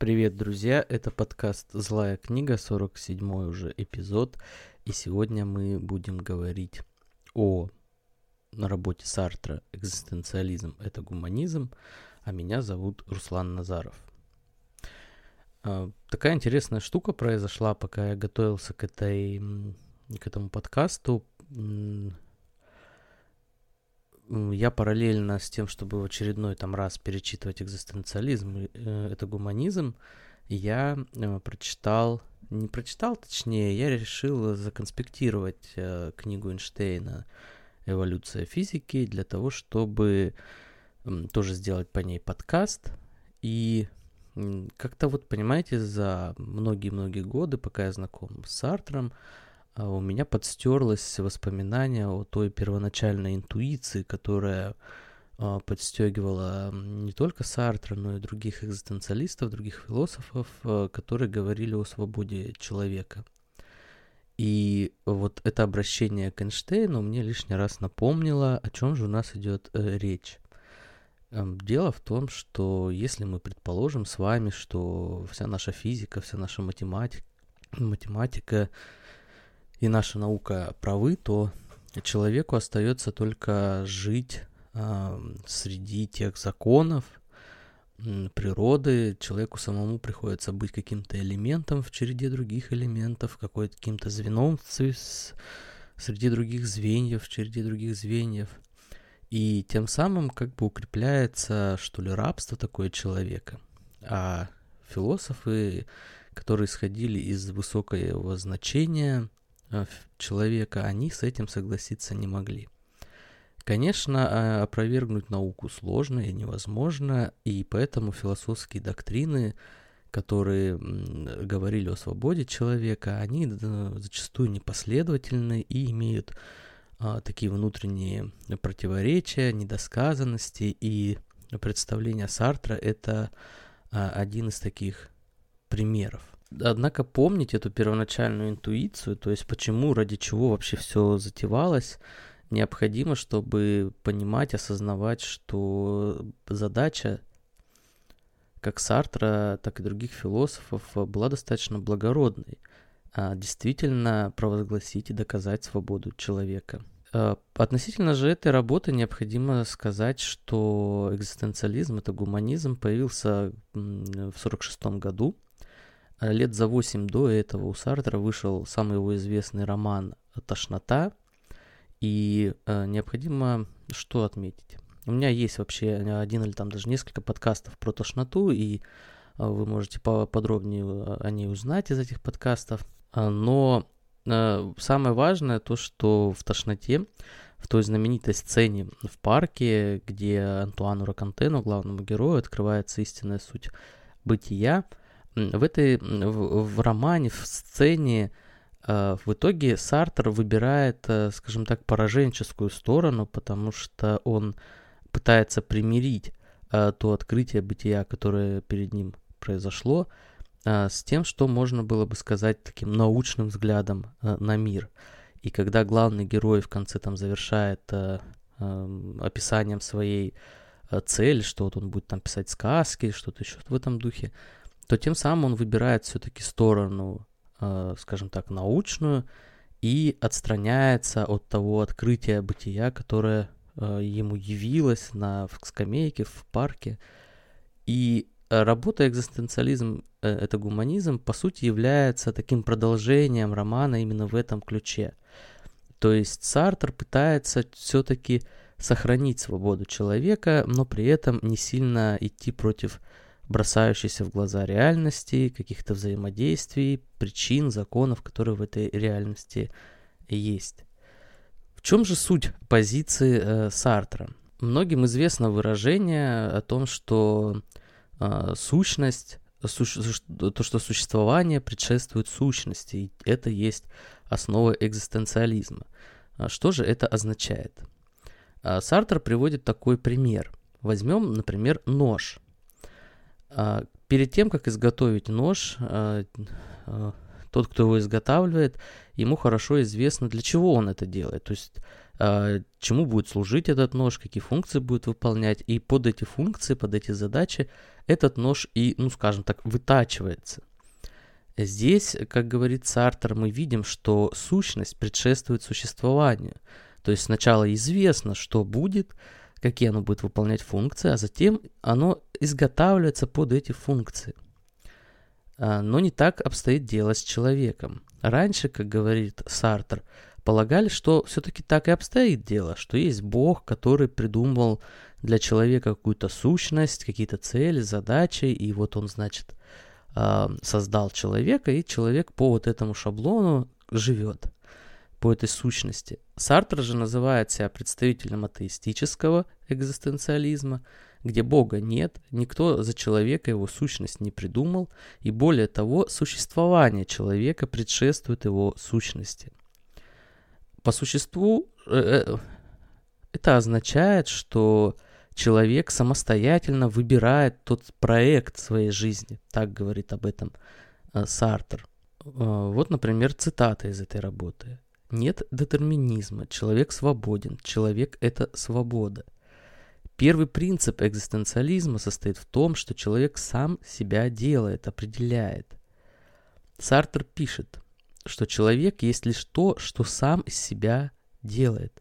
Привет, друзья! Это подкаст «Злая книга», 47-й уже эпизод. И сегодня мы будем говорить о работе Сартра «Экзистенциализм – это гуманизм», а меня зовут Руслан Назаров. Такая интересная штука произошла, пока я готовился к этому подкасту. Я параллельно с тем, чтобы в очередной раз перечитывать экзистенциализм, это гуманизм, я я решил законспектировать книгу Эйнштейна «Эволюция физики» для того, чтобы тоже сделать по ней подкаст. И как-то понимаете, за многие-многие годы, пока я знаком с Сартром, у меня подстерлось воспоминание о той первоначальной интуиции, которая подстегивала не только Сартра, но и других экзистенциалистов, других философов, которые говорили о свободе человека. И это обращение к Эйнштейну мне лишний раз напомнило, о чем же у нас идет речь. Дело в том, что если мы предположим с вами, что вся наша физика, вся наша математика и наша наука правы, то человеку остается только жить среди тех законов природы. Человеку самому приходится быть каким-то элементом в череде других элементов, каким-то звеном среди других звеньев, в череде других звеньев. И тем самым укрепляется, рабство такое человека. А философы, которые исходили из высокого значения человека, они с этим согласиться не могли. Конечно, опровергнуть науку сложно и невозможно, и поэтому философские доктрины, которые говорили о свободе человека, они зачастую непоследовательны и имеют такие внутренние противоречия, недосказанности, и представление Сартра – это один из таких примеров. Однако помнить эту первоначальную интуицию, то есть почему, ради чего вообще все затевалось, необходимо, чтобы понимать, осознавать, что задача как Сартра, так и других философов была достаточно благородной. Действительно провозгласить и доказать свободу человека. Относительно же этой работы необходимо сказать, что экзистенциализм, это гуманизм, появился в 1946 году. Лет за 8 до этого у Сартра вышел самый его известный роман «Тошнота». И необходимо что отметить? У меня есть вообще один или даже несколько подкастов про тошноту, и вы можете поподробнее о ней узнать из этих подкастов. Но самое важное то, что в «Тошноте», в той знаменитой сцене в парке, где Антуану Рокантену, главному герою, открывается истинная суть бытия, в романе, в сцене, в итоге Сартр выбирает, скажем так, пораженческую сторону, потому что он пытается примирить то открытие бытия, которое перед ним произошло, с тем, что можно было бы сказать таким научным взглядом на мир. И когда главный герой в конце завершает описанием своей цели, что он будет писать сказки, что-то еще в этом духе, то тем самым он выбирает все-таки сторону, скажем так, научную, и отстраняется от того открытия бытия, которое ему явилось в скамейке, в парке. И работа «Экзистенциализм – это гуманизм» по сути является таким продолжением романа именно в этом ключе. То есть Сартр пытается все-таки сохранить свободу человека, но при этом не сильно идти против бросающейся в глаза реальности, каких-то взаимодействий, причин, законов, которые в этой реальности есть. В чем же суть позиции Сартра? Многим известно выражение о том, что сущность, то, что существование предшествует сущности, и это есть основа экзистенциализма. Что же это означает? Сартр приводит такой пример. Возьмем, например, нож. Перед тем, как изготовить нож, тот, кто его изготавливает, ему хорошо известно, для чего он это делает. То есть чему будет служить этот нож, какие функции будет выполнять, и под эти функции, под эти задачи этот нож и, скажем так, вытачивается. Здесь, как говорит Сартр, мы видим, что сущность предшествует существованию. То есть сначала известно, что будет, какие оно будет выполнять функции, а затем оно изготавливается под эти функции. Но не так обстоит дело с человеком. Раньше, как говорит Сартр, полагали, что все-таки так и обстоит дело, что есть Бог, который придумал для человека какую-то сущность, какие-то цели, задачи, и вот он, значит, создал человека, и человек по вот этому шаблону живет, по этой сущности. Сартр же называет себя представителем атеистического экзистенциализма, где Бога нет, никто за человека его сущность не придумал, и более того, существование человека предшествует его сущности. По существу это означает, что человек самостоятельно выбирает тот проект своей жизни. Так говорит об этом Сартр. Вот, например, цитата из этой работы. «Нет детерминизма. Человек свободен. Человек – это свобода. Первый принцип экзистенциализма состоит в том, что человек сам себя делает, определяет». Сартр пишет, что человек есть лишь то, что сам из себя делает.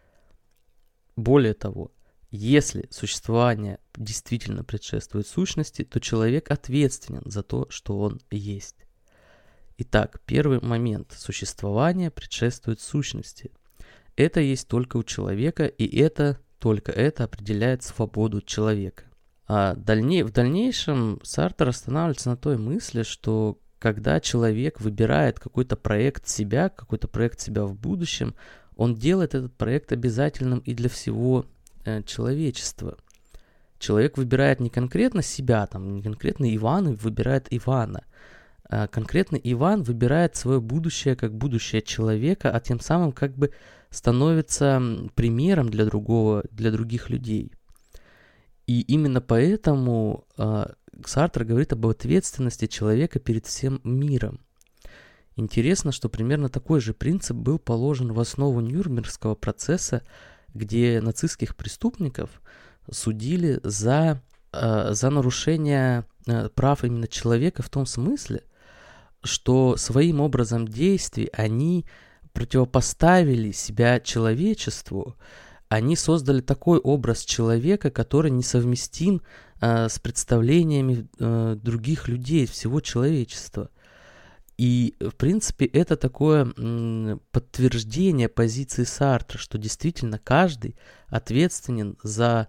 Более того, если существование действительно предшествует сущности, то человек ответственен за то, что он есть. Итак, первый момент. Существование предшествует сущности. Это есть только у человека, и только это определяет свободу человека. В дальнейшем Сартр останавливается на той мысли, что когда человек выбирает какой-то проект себя в будущем, он делает этот проект обязательным и для всего человечества. Человек выбирает не конкретно себя, не конкретно Иван выбирает Ивана, а конкретно Иван выбирает свое будущее как будущее человека, а тем самым как бы становится примером для других людей. И именно поэтому Сартр говорит об ответственности человека перед всем миром. Интересно, что примерно такой же принцип был положен в основу Нюрнбергского процесса, где нацистских преступников судили за нарушение прав именно человека в том смысле, что своим образом действий они противопоставили себя человечеству, они создали такой образ человека, который несовместим с представлениями других людей, всего человечества. И, в принципе, это такое подтверждение позиции Сартра, что действительно каждый ответственен за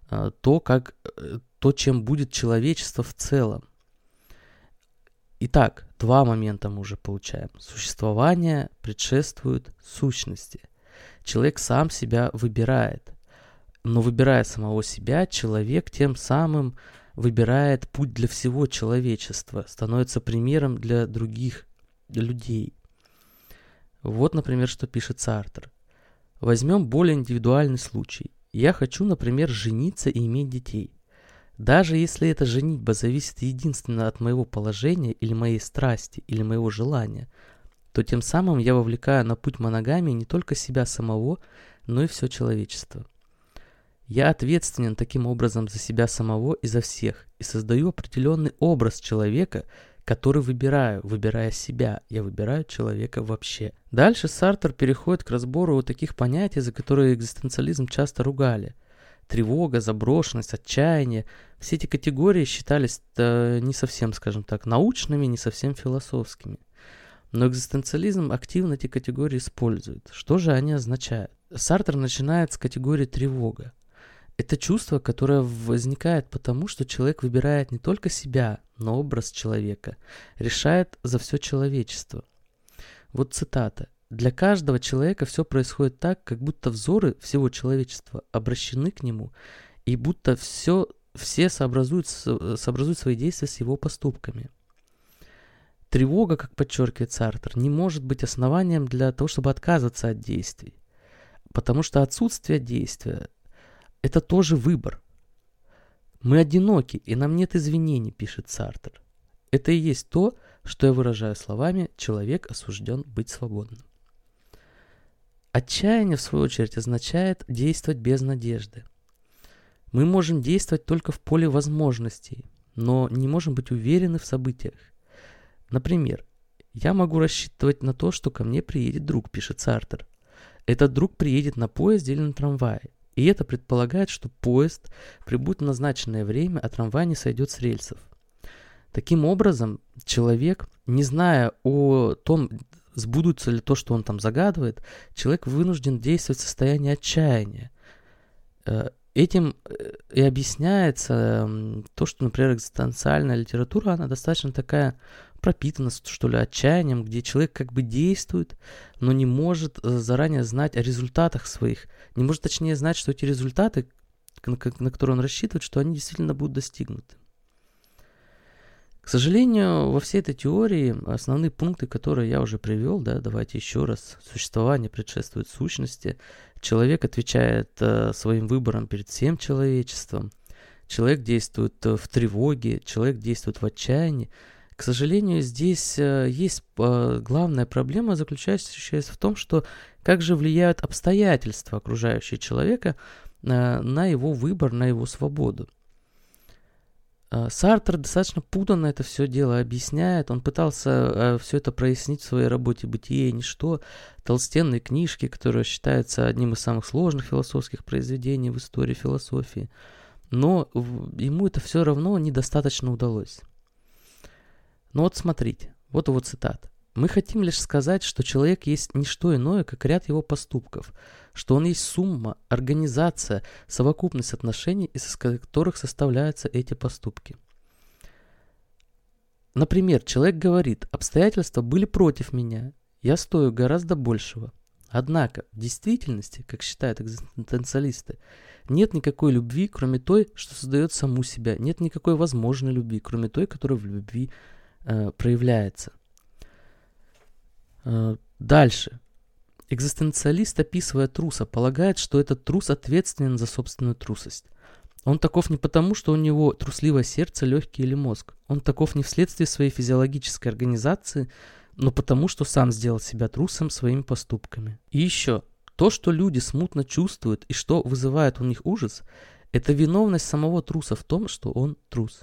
то, чем будет человечество в целом. Итак, два момента мы уже получаем. Существование предшествует сущности. Человек сам себя выбирает. Но выбирая самого себя, человек тем самым выбирает путь для всего человечества, становится примером для других людей. Вот, например, что пишет Сартр. Возьмем более индивидуальный случай. Я хочу, например, жениться и иметь детей. Даже если эта женитьба зависит единственно от моего положения или моей страсти, или моего желания, то тем самым я вовлекаю на путь моногамии не только себя самого, но и все человечество. Я ответственен таким образом за себя самого и за всех, и создаю определенный образ человека, который выбирая себя, я выбираю человека вообще. Дальше Сартр переходит к разбору таких понятий, за которые экзистенциализм часто ругали. Тревога, заброшенность, отчаяние. Все эти категории считались не совсем, скажем так, научными, не совсем философскими. Но экзистенциализм активно эти категории использует. Что же они означают? Сартр начинает с категории тревога. Это чувство, которое возникает потому, что человек выбирает не только себя, но образ человека, решает за все человечество. Вот цитата. «Для каждого человека все происходит так, как будто взоры всего человечества обращены к нему, и будто все сообразуют свои действия с его поступками». Тревога, как подчеркивает Сартр, не может быть основанием для того, чтобы отказываться от действий, потому что отсутствие действия – это тоже выбор. Мы одиноки, и нам нет извинений, пишет Сартр. Это и есть то, что я выражаю словами «человек осужден быть свободным». Отчаяние, в свою очередь, означает действовать без надежды. Мы можем действовать только в поле возможностей, но не можем быть уверены в событиях. Например, я могу рассчитывать на то, что ко мне приедет друг, пишет Сартр. Этот друг приедет на поезде или на трамвае. И это предполагает, что поезд прибудет в назначенное время, а трамвай не сойдет с рельсов. Таким образом, человек, не зная о том, сбудется ли то, что он там загадывает, человек вынужден действовать в состоянии отчаяния. Этим и объясняется то, что, например, экзистенциальная литература, она достаточно такая пропитана, что ли, отчаянием, где человек как бы действует, но не может заранее знать о результатах своих, не может точнее знать, что эти результаты, на которые он рассчитывает, что они действительно будут достигнуты. К сожалению, во всей этой теории основные пункты, которые я уже привел, давайте еще раз. Существование предшествует сущности. Человек отвечает своим выбором перед всем человечеством. Человек действует в тревоге, человек действует в отчаянии. К сожалению, здесь есть главная проблема, заключающаяся в том, что как же влияют обстоятельства, окружающие человека, на его выбор, на его свободу. Сартр достаточно путанно это все дело объясняет. Он пытался все это прояснить в своей работе «Бытие и ничто», толстенной книжки, которая считается одним из самых сложных философских произведений в истории философии. Но ему это все равно недостаточно удалось. Но вот смотрите, вот его цитата. «Мы хотим лишь сказать, что человек есть не что иное, как ряд его поступков, что он есть сумма, организация, совокупность отношений, из которых составляются эти поступки». Например, человек говорит: «Обстоятельства были против меня, я стою гораздо большего». Однако в действительности, как считают экзистенциалисты, нет никакой любви, кроме той, что создает саму себя, нет никакой возможной любви, кроме той, которая в любви проявляется. Дальше. Экзистенциалист, описывая труса, полагает, что этот трус ответственен за собственную трусость. Он таков не потому, что у него трусливое сердце, легкий или мозг. Он таков не вследствие своей физиологической организации, но потому, что сам сделал себя трусом своими поступками. И еще, то, что люди смутно чувствуют и что вызывает у них ужас, это виновность самого труса в том, что он трус.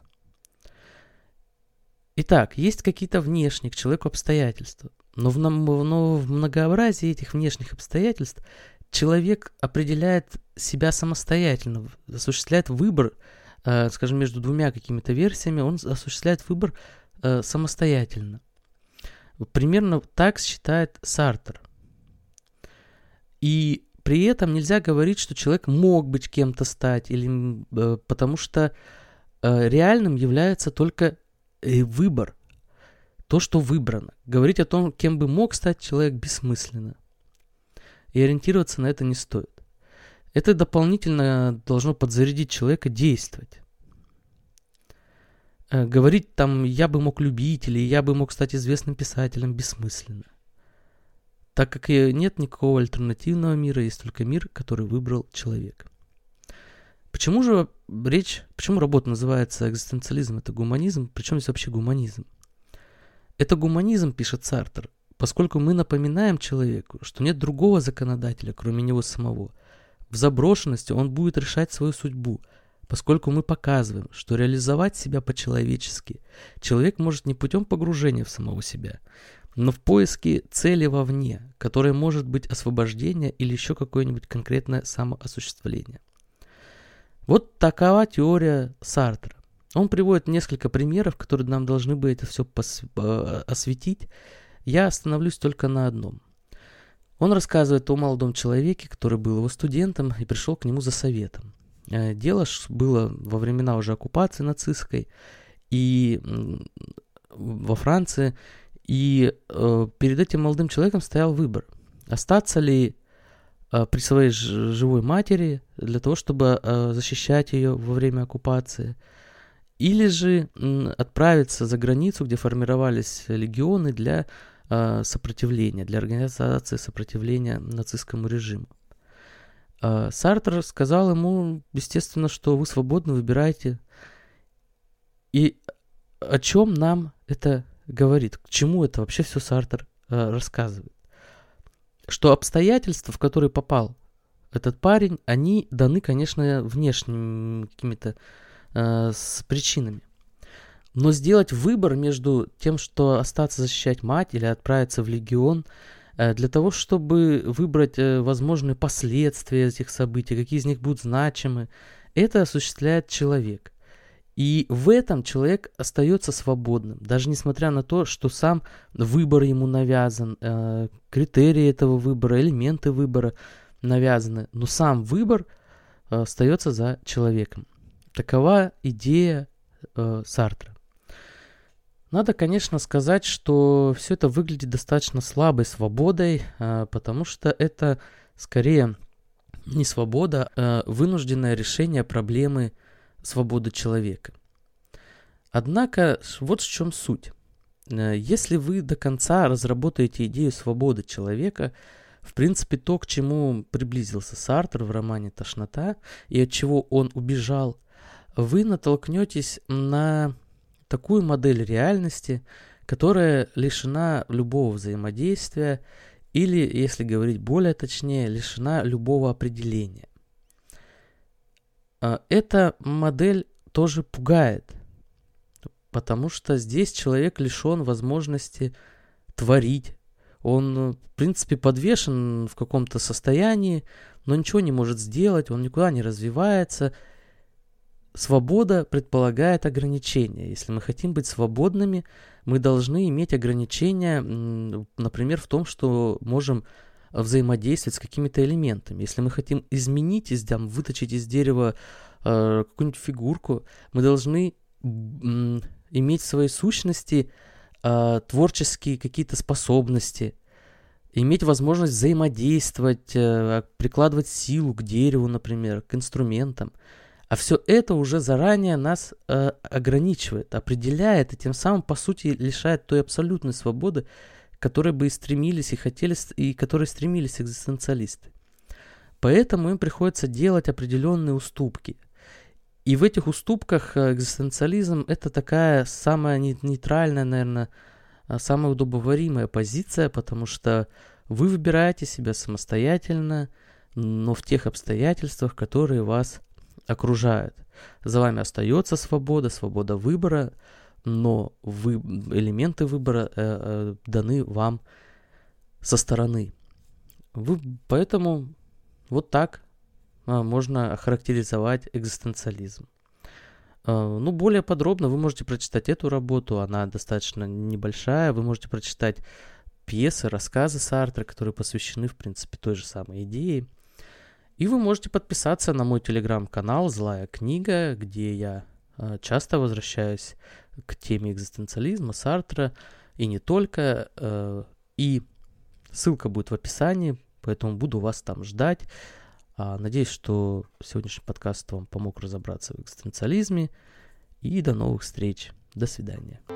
Итак, есть какие-то внешние к человеку обстоятельства. Но в многообразии этих внешних обстоятельств человек определяет себя самостоятельно, осуществляет выбор, скажем, между двумя какими-то версиями, он осуществляет выбор самостоятельно. Примерно так считает Сартр. И при этом нельзя говорить, что человек мог быть кем-то стать, потому что реальным является только выбор. То, что выбрано. Говорить о том, кем бы мог стать человек, бессмысленно. И ориентироваться на это не стоит. Это дополнительно должно подзарядить человека действовать. Говорить там «я бы мог любить» или «я бы мог стать известным писателем» бессмысленно. Так как нет никакого альтернативного мира, есть только мир, который выбрал человек. Почему работа называется экзистенциализм, это гуманизм? Причем здесь вообще гуманизм? Это гуманизм, пишет Сартр, поскольку мы напоминаем человеку, что нет другого законодателя, кроме него самого. В заброшенности он будет решать свою судьбу, поскольку мы показываем, что реализовать себя по-человечески человек может не путем погружения в самого себя, но в поиске цели вовне, которая может быть освобождение или еще какое-нибудь конкретное самоосуществление. Вот такова теория Сартра. Он приводит несколько примеров, которые нам должны бы это все осветить. Я остановлюсь только на одном. Он рассказывает о молодом человеке, который был его студентом и пришел к нему за советом. Дело было во времена уже оккупации нацистской и во Франции. И перед этим молодым человеком стоял выбор. Остаться ли при своей живой матери для того, чтобы защищать ее во время оккупации, или же отправиться за границу, где формировались легионы для сопротивления, для организации сопротивления нацистскому режиму. Сартр сказал ему, естественно, что вы свободны, выбирайте. И о чем нам это говорит? К чему это вообще все Сартр рассказывает? что обстоятельства, в которые попал этот парень, они даны, конечно, внешними какими-то с причинами. Но сделать выбор между тем, что остаться защищать мать или отправиться в легион, для того, чтобы выбрать возможные последствия этих событий, какие из них будут значимы, это осуществляет человек. И в этом человек остается свободным, даже несмотря на то, что сам выбор ему навязан, критерии этого выбора, элементы выбора навязаны, но сам выбор остается за человеком. Такова идея Сартра. Надо, конечно, сказать, что все это выглядит достаточно слабой свободой, потому что это скорее не свобода, а вынужденное решение проблемы свободы человека. Однако, вот в чем суть. Если вы до конца разработаете идею свободы человека, в принципе, то, к чему приблизился Сартр в романе «Тошнота» и от чего он убежал, вы натолкнетесь на такую модель реальности, которая лишена любого взаимодействия или, если говорить более точнее, лишена любого определения. Эта модель тоже пугает, потому что здесь человек лишен возможности творить. Он, в принципе, подвешен в каком-то состоянии, но ничего не может сделать, он никуда не развивается. Свобода предполагает ограничения. Если мы хотим быть свободными, мы должны иметь ограничения, например, в том, что можем взаимодействовать с какими-то элементами. Если мы хотим изменить, выточить из дерева какую-нибудь фигурку, мы должны иметь в своей сущности творческие какие-то способности, иметь возможность взаимодействовать, прикладывать силу к дереву, например, к инструментам. А все это уже заранее нас ограничивает, определяет и тем самым, по сути, лишает той абсолютной свободы, к которой бы и стремились, и хотели, и к которой стремились экзистенциалисты. Поэтому им приходится делать определенные уступки. И в этих уступках экзистенциализм – это такая самая нейтральная, наверное, самая удобоваримая позиция, потому что вы выбираете себя самостоятельно, но в тех обстоятельствах, которые вас окружают. За вами остается свобода, свобода выбора, но элементы выбора даны вам со стороны. Поэтому вот так можно охарактеризовать экзистенциализм. Более подробно вы можете прочитать эту работу, она достаточно небольшая, вы можете прочитать пьесы, рассказы Сартра, которые посвящены, в принципе, той же самой идее. И вы можете подписаться на мой телеграм-канал «Злая книга», где я часто возвращаюсь к теме экзистенциализма, Сартра, и не только. И ссылка будет в описании, поэтому буду вас там ждать. Надеюсь, что сегодняшний подкаст вам помог разобраться в экзистенциализме. И до новых встреч. До свидания.